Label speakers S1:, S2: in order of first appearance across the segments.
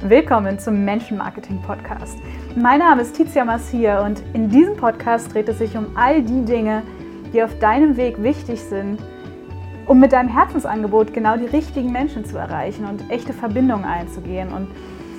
S1: Willkommen zum Menschenmarketing-Podcast. Mein Name ist Tizia Massier und in diesem Podcast dreht es sich um all die Dinge, die auf deinem Weg wichtig sind, um mit deinem Herzensangebot genau die richtigen Menschen zu erreichen und echte Verbindungen einzugehen. Und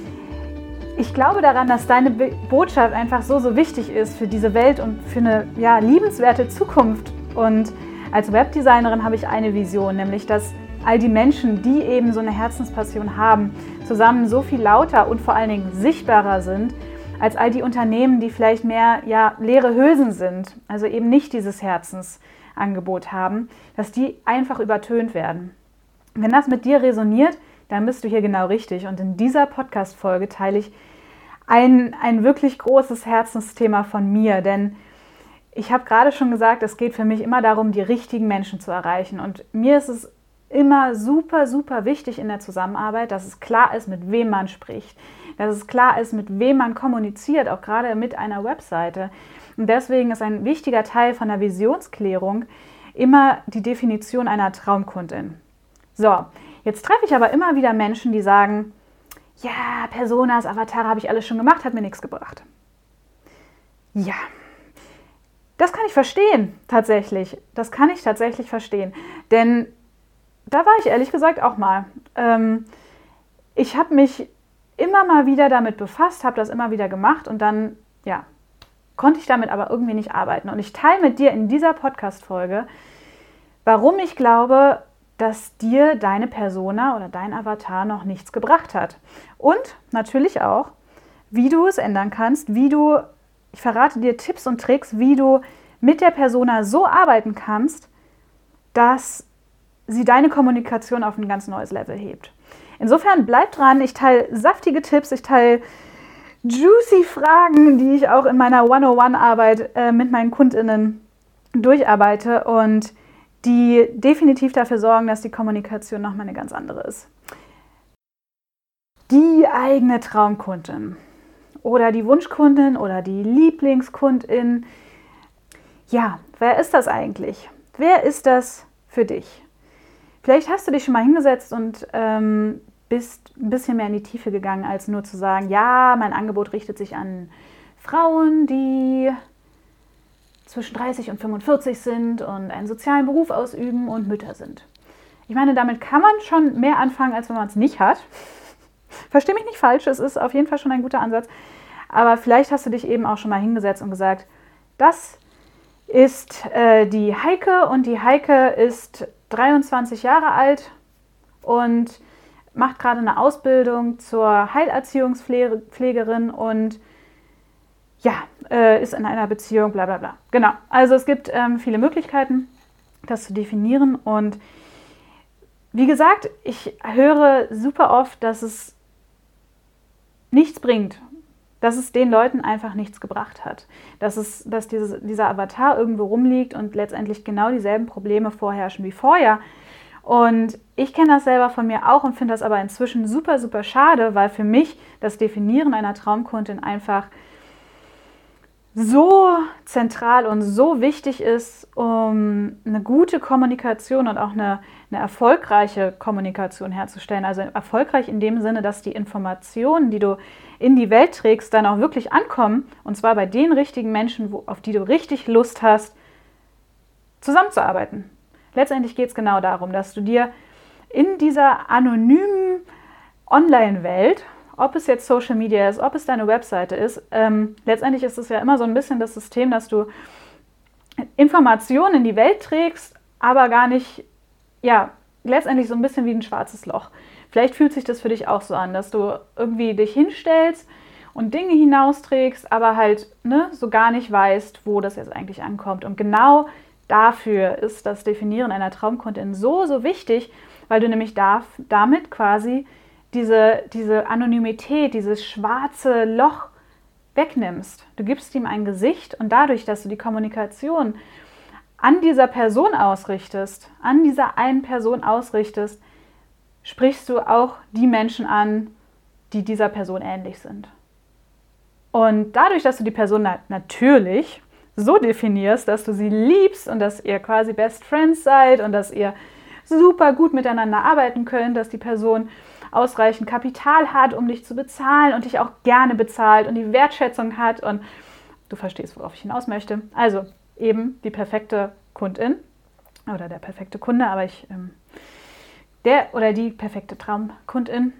S1: ich glaube daran, dass deine Botschaft einfach so wichtig ist für diese Welt und für eine liebenswerte Zukunft. Und als Webdesignerin habe ich eine Vision, nämlich dass all die Menschen, die eben so eine Herzenspassion haben, zusammen so viel lauter und vor allen Dingen sichtbarer sind, als all die Unternehmen, die vielleicht mehr leere Hülsen sind, also eben nicht dieses Herzensangebot haben, dass die einfach übertönt werden. Wenn das mit dir resoniert, dann bist du hier genau richtig. Und in dieser Podcast-Folge teile ich ein wirklich großes Herzensthema von mir, denn ich habe gerade schon gesagt, es geht für mich immer darum, die richtigen Menschen zu erreichen. Und mir ist es immer super wichtig in der Zusammenarbeit, dass es klar ist, mit wem man spricht, dass es klar ist, mit wem man kommuniziert, auch gerade mit einer Webseite. Und deswegen ist ein wichtiger Teil von der Visionsklärung immer die Definition einer Traumkundin. So, jetzt treffe ich aber immer wieder Menschen, die sagen, ja, Personas, Avatare habe ich alles schon gemacht, hat mir nichts gebracht. Ja, das kann ich verstehen, tatsächlich. Das kann ich tatsächlich verstehen, denn da war ich ehrlich gesagt auch mal. Ich habe mich immer mal wieder damit befasst, habe das immer wieder gemacht und dann, konnte ich damit aber irgendwie nicht arbeiten. Und ich teile mit dir in dieser Podcast-Folge, warum ich glaube, dass dir deine Persona oder dein Avatar noch nichts gebracht hat. Und natürlich auch, wie du es ändern kannst, ich verrate dir Tipps und Tricks, wie du mit der Persona so arbeiten kannst, dass sie deine Kommunikation auf ein ganz neues Level hebt. Insofern bleib dran, ich teile saftige Tipps, ich teile juicy Fragen, die ich auch in meiner 101-Arbeit mit meinen KundInnen durcharbeite und die definitiv dafür sorgen, dass die Kommunikation nochmal eine ganz andere ist. Die eigene Traumkundin oder die Wunschkundin oder die Lieblingskundin. Ja, wer ist das eigentlich? Wer ist das für dich? Vielleicht hast du dich schon mal hingesetzt und bist ein bisschen mehr in die Tiefe gegangen, als nur zu sagen, ja, mein Angebot richtet sich an Frauen, die zwischen 30 und 45 sind und einen sozialen Beruf ausüben und Mütter sind. Ich meine, damit kann man schon mehr anfangen, als wenn man es nicht hat. Versteh mich nicht falsch, es ist auf jeden Fall schon ein guter Ansatz. Aber vielleicht hast du dich eben auch schon mal hingesetzt und gesagt, das ist die Heike und die Heike ist 23 Jahre alt und macht gerade eine Ausbildung zur Heilerziehungspflegerin und ist in einer Beziehung, bla bla bla. Genau, also es gibt viele Möglichkeiten, das zu definieren und wie gesagt, ich höre super oft, dass es nichts bringt, dass es den Leuten einfach nichts gebracht hat, dass dieser Avatar irgendwo rumliegt und letztendlich genau dieselben Probleme vorherrschen wie vorher. Und ich kenne das selber von mir auch und finde das aber inzwischen super schade, weil für mich das Definieren einer Traumkundin einfach so zentral und so wichtig ist, um eine gute Kommunikation und auch eine erfolgreiche Kommunikation herzustellen. Also erfolgreich in dem Sinne, dass die Informationen, die du in die Welt trägst, dann auch wirklich ankommen. Und zwar bei den richtigen Menschen, auf die du richtig Lust hast, zusammenzuarbeiten. Letztendlich geht es genau darum, dass du dir in dieser anonymen Online-Welt, ob es jetzt Social Media ist, ob es deine Webseite ist, letztendlich ist es ja immer so ein bisschen das System, dass du Informationen in die Welt trägst, aber gar nicht, letztendlich so ein bisschen wie ein schwarzes Loch. Vielleicht fühlt sich das für dich auch so an, dass du irgendwie dich hinstellst und Dinge hinausträgst, aber halt so gar nicht weißt, wo das jetzt eigentlich ankommt. Und genau dafür ist das Definieren einer Traumkundin so wichtig, weil du nämlich damit quasi diese Anonymität, dieses schwarze Loch wegnimmst. Du gibst ihm ein Gesicht und dadurch, dass du die Kommunikation an dieser Person ausrichtest, an dieser einen Person ausrichtest, sprichst du auch die Menschen an, die dieser Person ähnlich sind. Und dadurch, dass du die Person natürlich so definierst, dass du sie liebst und dass ihr quasi Best Friends seid und dass ihr super gut miteinander arbeiten könnt, dass die Person ausreichend Kapital hat, um dich zu bezahlen und dich auch gerne bezahlt und die Wertschätzung hat und du verstehst, worauf ich hinaus möchte. Also eben die perfekte Kundin oder der perfekte Kunde, aber der oder die perfekte Traumkundin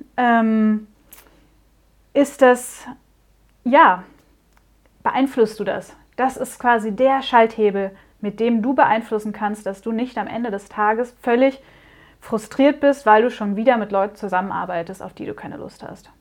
S1: ist das, ja, beeinflusst du das? Das ist quasi der Schalthebel, mit dem du beeinflussen kannst, dass du nicht am Ende des Tages völlig frustriert bist, weil du schon wieder mit Leuten zusammenarbeitest, auf die du keine Lust hast.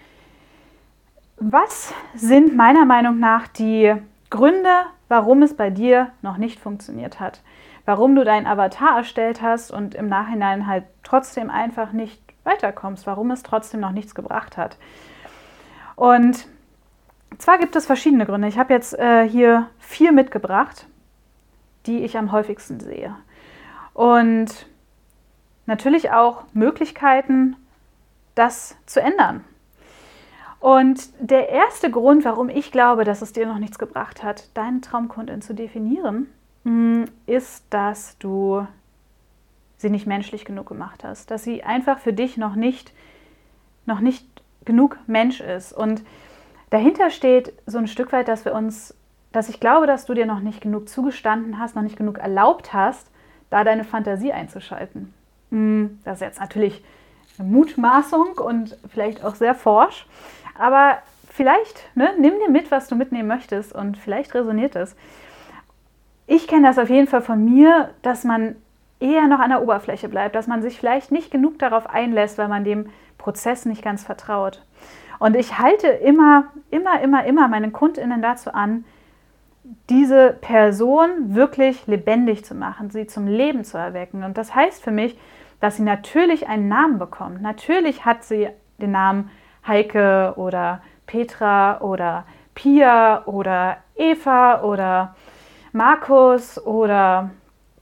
S1: Was sind meiner Meinung nach die Gründe, warum es bei dir noch nicht funktioniert hat? Warum du deinen Avatar erstellt hast und im Nachhinein halt trotzdem einfach nicht weiterkommst? Warum es trotzdem noch nichts gebracht hat? Und zwar gibt es verschiedene Gründe. Ich habe jetzt hier 4 mitgebracht, die ich am häufigsten sehe. Und natürlich auch Möglichkeiten, das zu ändern. Und der erste Grund, warum ich glaube, dass es dir noch nichts gebracht hat, deine Traumkundin zu definieren, ist, dass du sie nicht menschlich genug gemacht hast. Dass sie einfach für dich noch nicht genug Mensch ist. Und dahinter steht so ein Stück weit, dass ich glaube, dass du dir noch nicht genug zugestanden hast, noch nicht genug erlaubt hast, da deine Fantasie einzuschalten. Das ist jetzt natürlich eine Mutmaßung und vielleicht auch sehr forsch, aber vielleicht, nimm dir mit, was du mitnehmen möchtest und vielleicht resoniert es. Ich kenne das auf jeden Fall von mir, dass man eher noch an der Oberfläche bleibt, dass man sich vielleicht nicht genug darauf einlässt, weil man dem Prozess nicht ganz vertraut. Und ich halte immer meine KundInnen dazu an, diese Person wirklich lebendig zu machen, sie zum Leben zu erwecken. Und das heißt für mich, dass sie natürlich einen Namen bekommt. Natürlich hat sie den Namen Heike oder Petra oder Pia oder Eva oder Markus oder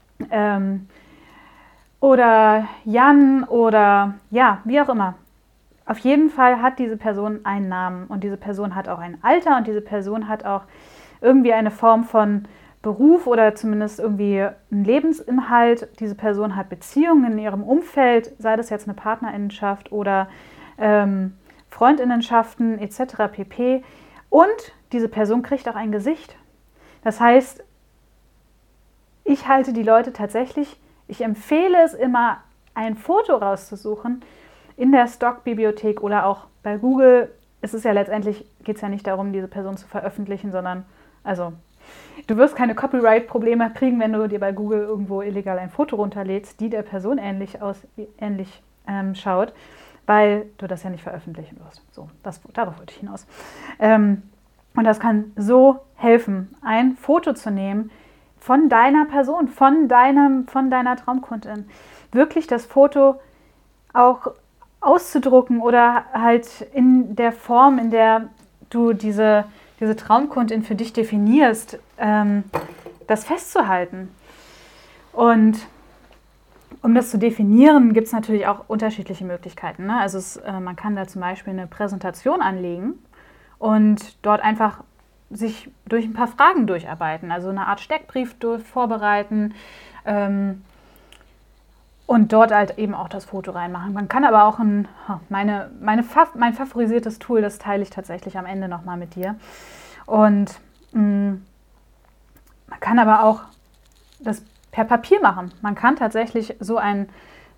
S1: Jan oder ja, wie auch immer. Auf jeden Fall hat diese Person einen Namen und diese Person hat auch ein Alter und diese Person hat auch irgendwie eine Form von Beruf oder zumindest irgendwie einen Lebensinhalt. Diese Person hat Beziehungen in ihrem Umfeld, sei das jetzt eine Partnerinnenschaft oder Freundinnenschaften etc. pp. Und diese Person kriegt auch ein Gesicht. Das heißt, ich halte die Leute tatsächlich, ich empfehle es immer, ein Foto rauszusuchen in der Stockbibliothek oder auch bei Google. Es ist ja letztendlich, geht es ja nicht darum, diese Person zu veröffentlichen, sondern du wirst keine Copyright-Probleme kriegen, wenn du dir bei Google irgendwo illegal ein Foto runterlädst, die der Person ähnlich schaut, weil du das ja nicht veröffentlichen wirst. So, darauf wollte ich hinaus. Und das kann so helfen, ein Foto zu nehmen von deiner Person, von deiner Traumkundin. Wirklich das Foto auch auszudrucken oder halt in der Form, in der du diese Traumkundin für dich definierst, das festzuhalten. Und um das zu definieren, gibt es natürlich auch unterschiedliche Möglichkeiten. Ne? Also man kann da zum Beispiel eine Präsentation anlegen und dort einfach sich durch ein paar Fragen durcharbeiten, also eine Art Steckbrief vorbereiten und dort halt eben auch das Foto reinmachen. Man kann aber auch mein favorisiertes Tool, das teile ich tatsächlich am Ende nochmal mit dir. Und man kann aber auch das per Papier machen. Man kann tatsächlich so ein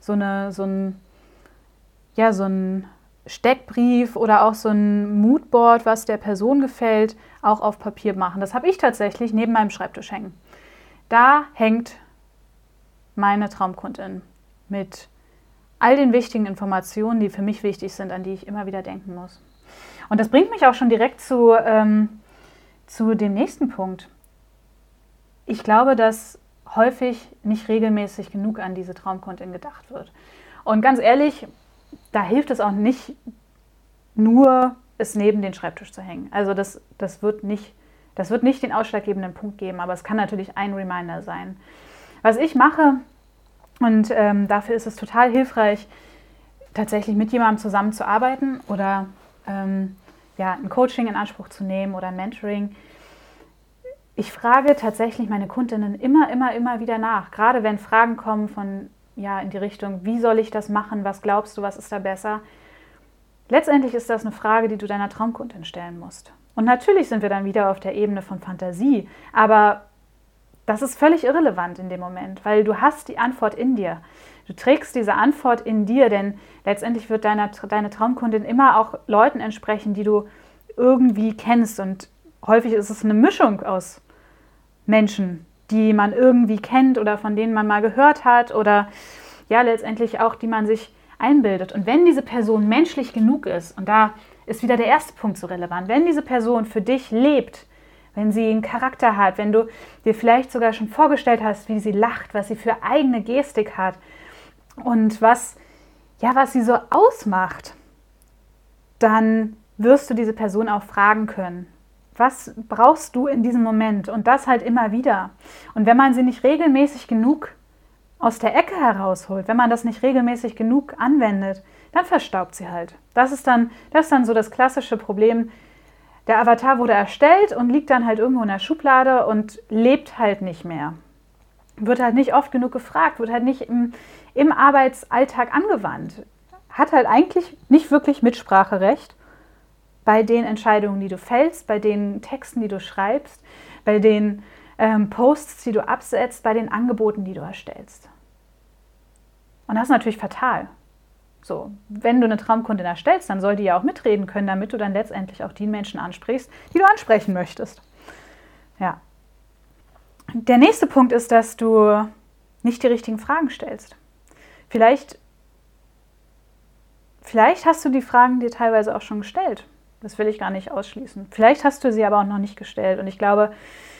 S1: Steckbrief oder auch so ein Moodboard, was der Person gefällt, auch auf Papier machen. Das habe ich tatsächlich neben meinem Schreibtisch hängen. Da hängt meine Traumkundin mit all den wichtigen Informationen, die für mich wichtig sind, an die ich immer wieder denken muss. Und das bringt mich auch schon direkt zu dem nächsten Punkt. Ich glaube, dass häufig nicht regelmäßig genug an diese Traumkundin gedacht wird. Und ganz ehrlich, da hilft es auch nicht, nur es neben den Schreibtisch zu hängen. Also das wird nicht den ausschlaggebenden Punkt geben, aber es kann natürlich ein Reminder sein. Was ich mache, und dafür ist es total hilfreich, tatsächlich mit jemandem zusammenzuarbeiten oder ein Coaching in Anspruch zu nehmen oder ein Mentoring. Ich frage tatsächlich meine Kundinnen immer wieder nach, gerade wenn Fragen kommen von in die Richtung, wie soll ich das machen, was glaubst du, was ist da besser? Letztendlich ist das eine Frage, die du deiner Traumkundin stellen musst. Und natürlich sind wir dann wieder auf der Ebene von Fantasie, aber das ist völlig irrelevant in dem Moment, weil du hast die Antwort in dir. Du trägst diese Antwort in dir, denn letztendlich wird deine Traumkundin immer auch Leuten entsprechen, die du irgendwie kennst. Und häufig ist es eine Mischung aus Menschen, die man irgendwie kennt oder von denen man mal gehört hat oder ja, letztendlich auch, die man sich einbildet. Und wenn diese Person menschlich genug ist, und da ist wieder der erste Punkt so relevant, wenn diese Person für dich lebt, wenn sie einen Charakter hat, wenn du dir vielleicht sogar schon vorgestellt hast, wie sie lacht, was sie für eigene Gestik hat und was sie so ausmacht, dann wirst du diese Person auch fragen können. Was brauchst du in diesem Moment? Und das halt immer wieder. Und wenn man sie nicht regelmäßig genug aus der Ecke herausholt, wenn man das nicht regelmäßig genug anwendet, dann verstaubt sie halt. Das ist dann so das klassische Problem. Der Avatar wurde erstellt und liegt dann halt irgendwo in der Schublade und lebt halt nicht mehr. Wird halt nicht oft genug gefragt, wird halt nicht im Arbeitsalltag angewandt. Hat halt eigentlich nicht wirklich Mitspracherecht bei den Entscheidungen, die du fällst, bei den Texten, die du schreibst, bei den Posts, die du absetzt, bei den Angeboten, die du erstellst. Und das ist natürlich fatal. So, wenn du eine Traumkundin erstellst, dann soll die ja auch mitreden können, damit du dann letztendlich auch die Menschen ansprichst, die du ansprechen möchtest. Ja. Der nächste Punkt ist, dass du nicht die richtigen Fragen stellst. Vielleicht hast du die Fragen dir teilweise auch schon gestellt. Das will ich gar nicht ausschließen. Vielleicht hast du sie aber auch noch nicht gestellt. Und ich glaube,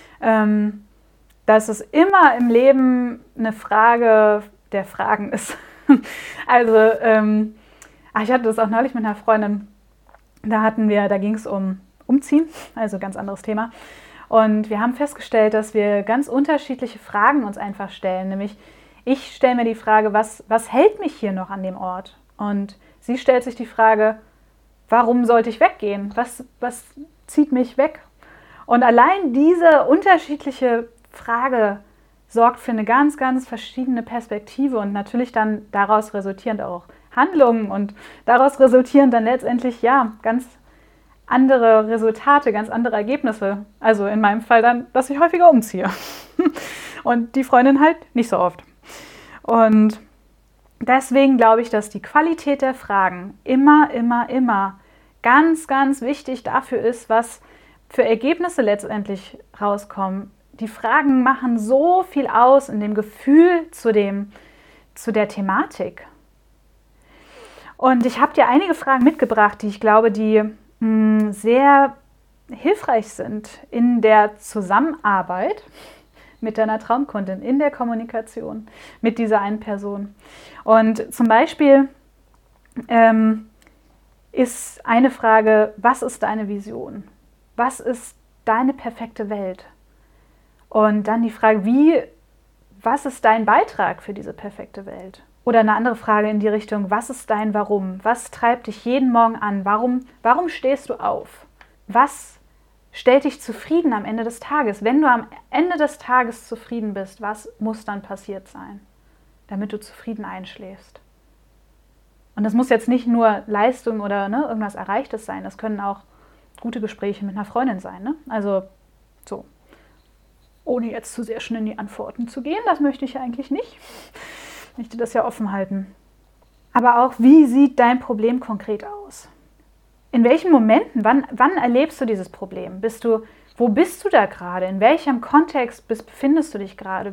S1: dass es immer im Leben eine Frage der Fragen ist. Also, ich hatte das auch neulich mit einer Freundin. Da ging es um Umziehen, also ganz anderes Thema. Und wir haben festgestellt, dass wir ganz unterschiedliche Fragen uns einfach stellen. Nämlich, ich stelle mir die Frage, was hält mich hier noch an dem Ort? Und sie stellt sich die Frage, warum sollte ich weggehen? Was zieht mich weg? Und allein diese unterschiedliche Frage sorgt für eine ganz, ganz verschiedene Perspektive und natürlich dann daraus resultierend auch Handlungen und daraus resultieren dann letztendlich ganz andere Resultate, ganz andere Ergebnisse. Also in meinem Fall dann, dass ich häufiger umziehe und die Freundin halt nicht so oft. Und deswegen glaube ich, dass die Qualität der Fragen immer ganz, ganz wichtig dafür ist, was für Ergebnisse letztendlich rauskommen. Die Fragen machen so viel aus in dem Gefühl zu der Thematik. Und ich habe dir einige Fragen mitgebracht, die ich glaube, die sehr hilfreich sind in der Zusammenarbeit mit deiner Traumkundin, in der Kommunikation mit dieser einen Person. Und zum Beispiel ist eine Frage, was ist deine Vision? Was ist deine perfekte Welt? Und dann die Frage, was ist dein Beitrag für diese perfekte Welt? Oder eine andere Frage in die Richtung, was ist dein Warum? Was treibt dich jeden Morgen an? Warum stehst du auf? Was stellt dich zufrieden am Ende des Tages? Wenn du am Ende des Tages zufrieden bist, was muss dann passiert sein, damit du zufrieden einschläfst? Und das muss jetzt nicht nur Leistung oder irgendwas Erreichtes sein, das können auch gute Gespräche mit einer Freundin sein. Ne? Also so. Ohne jetzt zu sehr schon in die Antworten zu gehen, das möchte ich eigentlich nicht. Ich möchte das ja offen halten. Aber auch, wie sieht dein Problem konkret aus? In welchen Momenten, wann erlebst du dieses Problem? Wo bist du da gerade? In welchem Kontext befindest du dich gerade?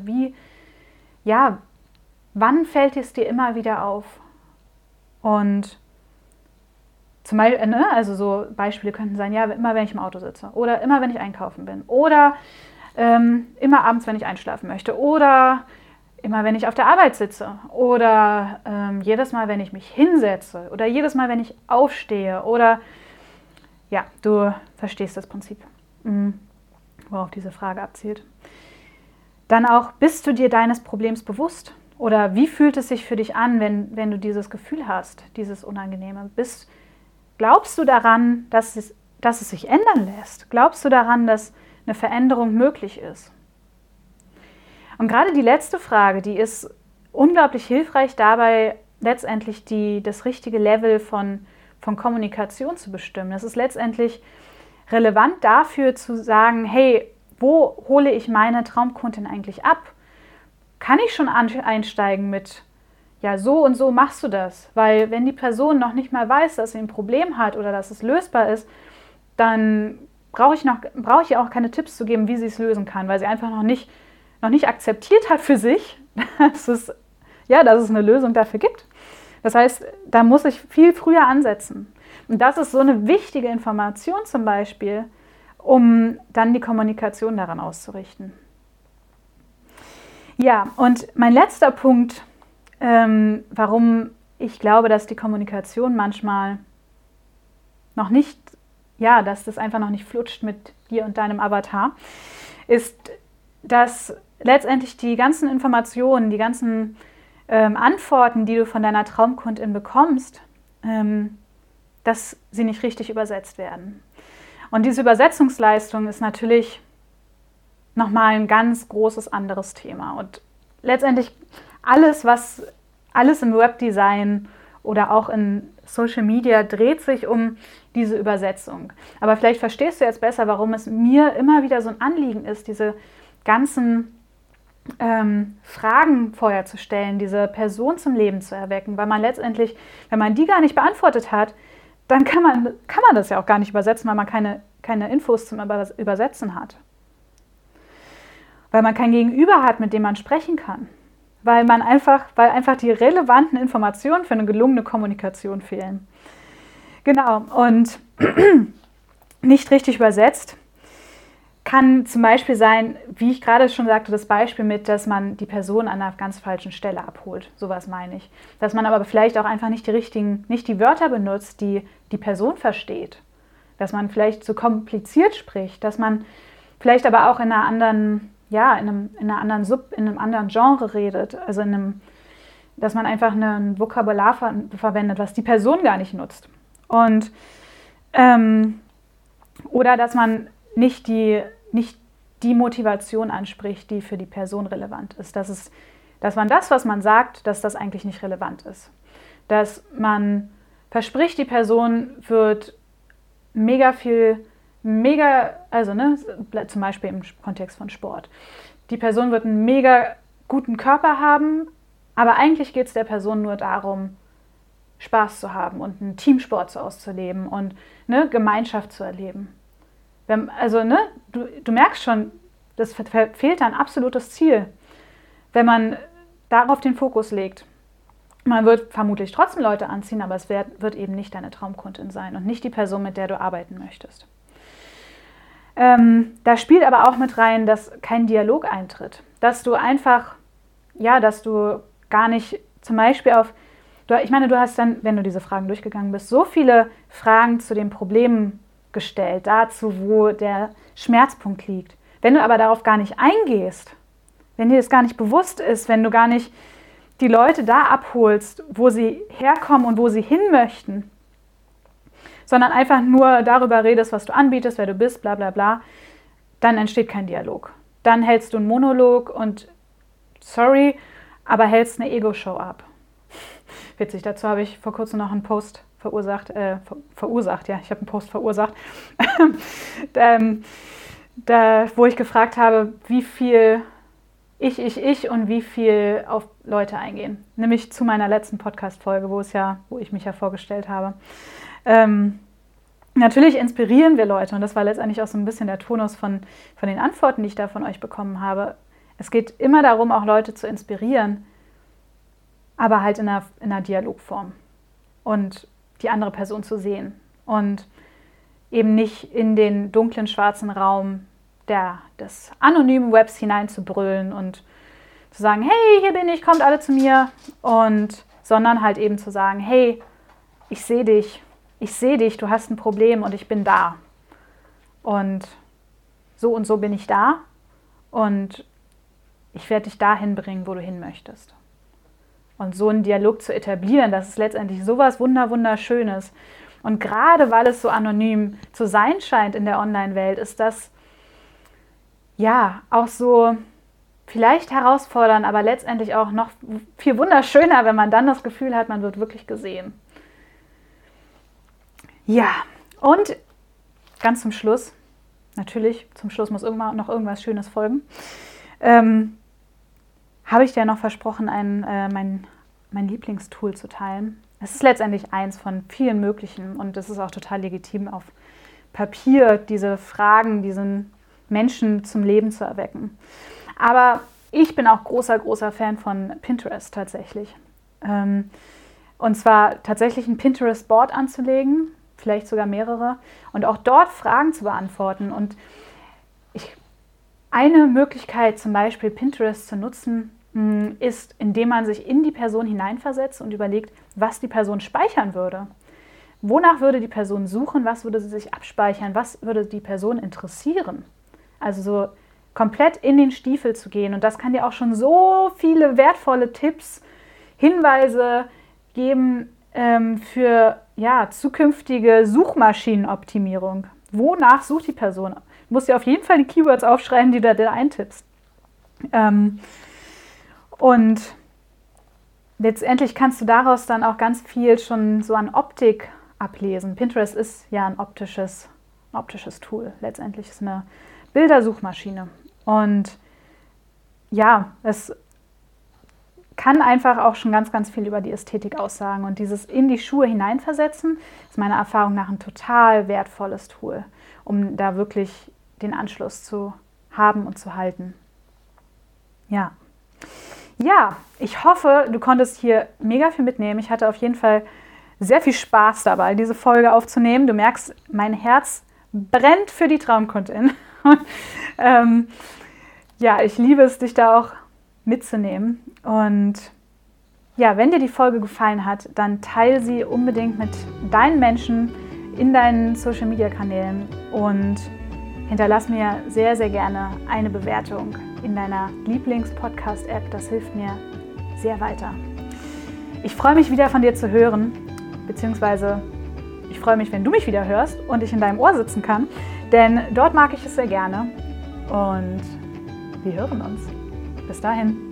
S1: Wann fällt es dir immer wieder auf? Und zum Beispiel, also so Beispiele könnten sein, immer wenn ich im Auto sitze oder immer wenn ich einkaufen bin oder immer abends, wenn ich einschlafen möchte oder immer, wenn ich auf der Arbeit sitze oder jedes Mal, wenn ich mich hinsetze oder jedes Mal, wenn ich aufstehe oder du verstehst das Prinzip, worauf diese Frage abzielt. Dann auch, bist du dir deines Problems bewusst oder wie fühlt es sich für dich an, wenn du dieses Gefühl hast, dieses Unangenehme? Glaubst du daran, dass es sich ändern lässt? Glaubst du daran, dass eine Veränderung möglich ist? Und gerade die letzte Frage, die ist unglaublich hilfreich dabei, letztendlich das richtige Level von Kommunikation zu bestimmen. Das ist letztendlich relevant dafür zu sagen, hey, wo hole ich meine Traumkundin eigentlich ab? Kann ich schon einsteigen mit, ja, so und so machst du das? Weil wenn die Person noch nicht mal weiß, dass sie ein Problem hat oder dass es lösbar ist, dann brauche ich ihr auch keine Tipps zu geben, wie sie es lösen kann, weil sie einfach noch nicht akzeptiert hat für sich, dass es eine Lösung dafür gibt. Das heißt, da muss ich viel früher ansetzen. Und das ist so eine wichtige Information zum Beispiel, um dann die Kommunikation daran auszurichten. Ja, und mein letzter Punkt, warum ich glaube, dass die Kommunikation manchmal noch nicht, dass das einfach noch nicht flutscht mit dir und deinem Avatar, ist, dass letztendlich die ganzen Informationen, die ganzen Antworten, die du von deiner Traumkundin bekommst, dass sie nicht richtig übersetzt werden. Und diese Übersetzungsleistung ist natürlich nochmal ein ganz großes anderes Thema. Und letztendlich alles im Webdesign oder auch in Social Media dreht sich um diese Übersetzung. Aber vielleicht verstehst du jetzt besser, warum es mir immer wieder so ein Anliegen ist, diese ganzen Fragen vorher zu stellen, diese Person zum Leben zu erwecken, weil man letztendlich, wenn man die gar nicht beantwortet hat, dann kann man das ja auch gar nicht übersetzen, weil man keine Infos zum Übersetzen hat. Weil man kein Gegenüber hat, mit dem man sprechen kann. Weil einfach die relevanten Informationen für eine gelungene Kommunikation fehlen. Genau, und nicht richtig übersetzt kann zum Beispiel sein, wie ich gerade schon sagte, das Beispiel mit, dass man die Person an einer ganz falschen Stelle abholt. Sowas meine ich. Dass man aber vielleicht auch einfach nicht die Wörter benutzt, die die Person versteht. Dass man vielleicht zu kompliziert spricht, dass man vielleicht aber auch in einer anderen, in einem anderen Genre redet. Also dass man einfach ein Vokabular verwendet, was die Person gar nicht nutzt. Und oder dass man nicht die Motivation anspricht, die für die Person relevant ist. Dass man das, was man sagt, dass das eigentlich nicht relevant ist. Dass man verspricht, die Person wird zum Beispiel im Kontext von Sport. Die Person wird einen mega guten Körper haben, aber eigentlich geht es der Person nur darum, Spaß zu haben und einen Teamsport auszuleben und eine Gemeinschaft zu erleben. Du merkst schon, das fehlt ein absolutes Ziel, wenn man darauf den Fokus legt. Man wird vermutlich trotzdem Leute anziehen, aber es wird eben nicht deine Traumkundin sein und nicht die Person, mit der du arbeiten möchtest. Da spielt aber auch mit rein, dass kein Dialog eintritt. Dass du gar nicht zum Beispiel du hast dann, wenn du diese Fragen durchgegangen bist, so viele Fragen zu den Problemen gestellt, dazu, wo der Schmerzpunkt liegt. Wenn du aber darauf gar nicht eingehst, wenn dir das gar nicht bewusst ist, wenn du gar nicht die Leute da abholst, wo sie herkommen und wo sie hin möchten, sondern einfach nur darüber redest, was du anbietest, wer du bist, bla bla bla, dann entsteht kein Dialog. Dann hältst du einen Monolog und, sorry, aber hältst eine Ego-Show ab. Witzig, dazu habe ich vor kurzem noch einen Post verursacht, ich habe einen Post verursacht, wo ich gefragt habe, wie viel ich und wie viel auf Leute eingehen. Nämlich zu meiner letzten Podcast-Folge, wo ich mich ja vorgestellt habe. Natürlich inspirieren wir Leute und das war letztendlich auch so ein bisschen der Tonus von den Antworten, die ich da von euch bekommen habe. Es geht immer darum, auch Leute zu inspirieren, aber halt in einer Dialogform und die andere Person zu sehen und eben nicht in den dunklen, schwarzen Raum des anonymen Webs hineinzubrüllen und zu sagen, hey, hier bin ich, kommt alle zu mir, sondern halt eben zu sagen, hey, ich sehe dich, du hast ein Problem und ich bin da. Und so bin ich da und ich werde dich dahin bringen, wo du hin möchtest. Und so einen Dialog zu etablieren, das ist letztendlich sowas Wunderschönes. Und gerade weil es so anonym zu sein scheint in der Online-Welt, ist das ja auch so vielleicht herausfordernd, aber letztendlich auch noch viel wunderschöner, wenn man dann das Gefühl hat, man wird wirklich gesehen. Ja, und ganz zum Schluss, natürlich, zum Schluss muss noch irgendwas Schönes folgen, habe ich dir noch versprochen, mein Lieblingstool zu teilen. Es ist letztendlich eins von vielen möglichen und es ist auch total legitim, auf Papier diese Fragen, diesen Menschen zum Leben zu erwecken. Aber ich bin auch großer Fan von Pinterest tatsächlich. Und zwar tatsächlich ein Pinterest-Board anzulegen, vielleicht sogar mehrere, und auch dort Fragen zu beantworten. Und eine Möglichkeit, zum Beispiel Pinterest zu nutzen, ist, indem man sich in die Person hineinversetzt und überlegt, was die Person speichern würde. Wonach würde die Person suchen? Was würde sie sich abspeichern? Was würde die Person interessieren? Also so komplett in den Stiefel zu gehen. Und das kann dir auch schon so viele wertvolle Tipps, Hinweise geben für zukünftige Suchmaschinenoptimierung. Wonach sucht die Person? Du musst dir auf jeden Fall die Keywords aufschreiben, die du da eintippst. Und letztendlich kannst du daraus dann auch ganz viel schon so an Optik ablesen. Pinterest ist ja ein optisches Tool. Letztendlich ist es eine Bildersuchmaschine. Und ja, es kann einfach auch schon ganz viel über die Ästhetik aussagen. Und dieses in die Schuhe hineinversetzen ist meiner Erfahrung nach ein total wertvolles Tool, um da wirklich den Anschluss zu haben und zu halten. Ja, ich hoffe, du konntest hier mega viel mitnehmen. Ich hatte auf jeden Fall sehr viel Spaß dabei, diese Folge aufzunehmen. Du merkst, mein Herz brennt für die Traumkundin. Ich liebe es, dich da auch mitzunehmen. Und ja, wenn dir die Folge gefallen hat, dann teile sie unbedingt mit deinen Menschen in deinen Social-Media-Kanälen und hinterlass mir sehr gerne eine Bewertung in deiner Lieblings-Podcast-App. Das hilft mir sehr weiter. Ich freue mich wieder von dir zu hören, beziehungsweise ich freue mich, wenn du mich wieder hörst und ich in deinem Ohr sitzen kann, denn dort mag ich es sehr gerne und wir hören uns. Bis dahin.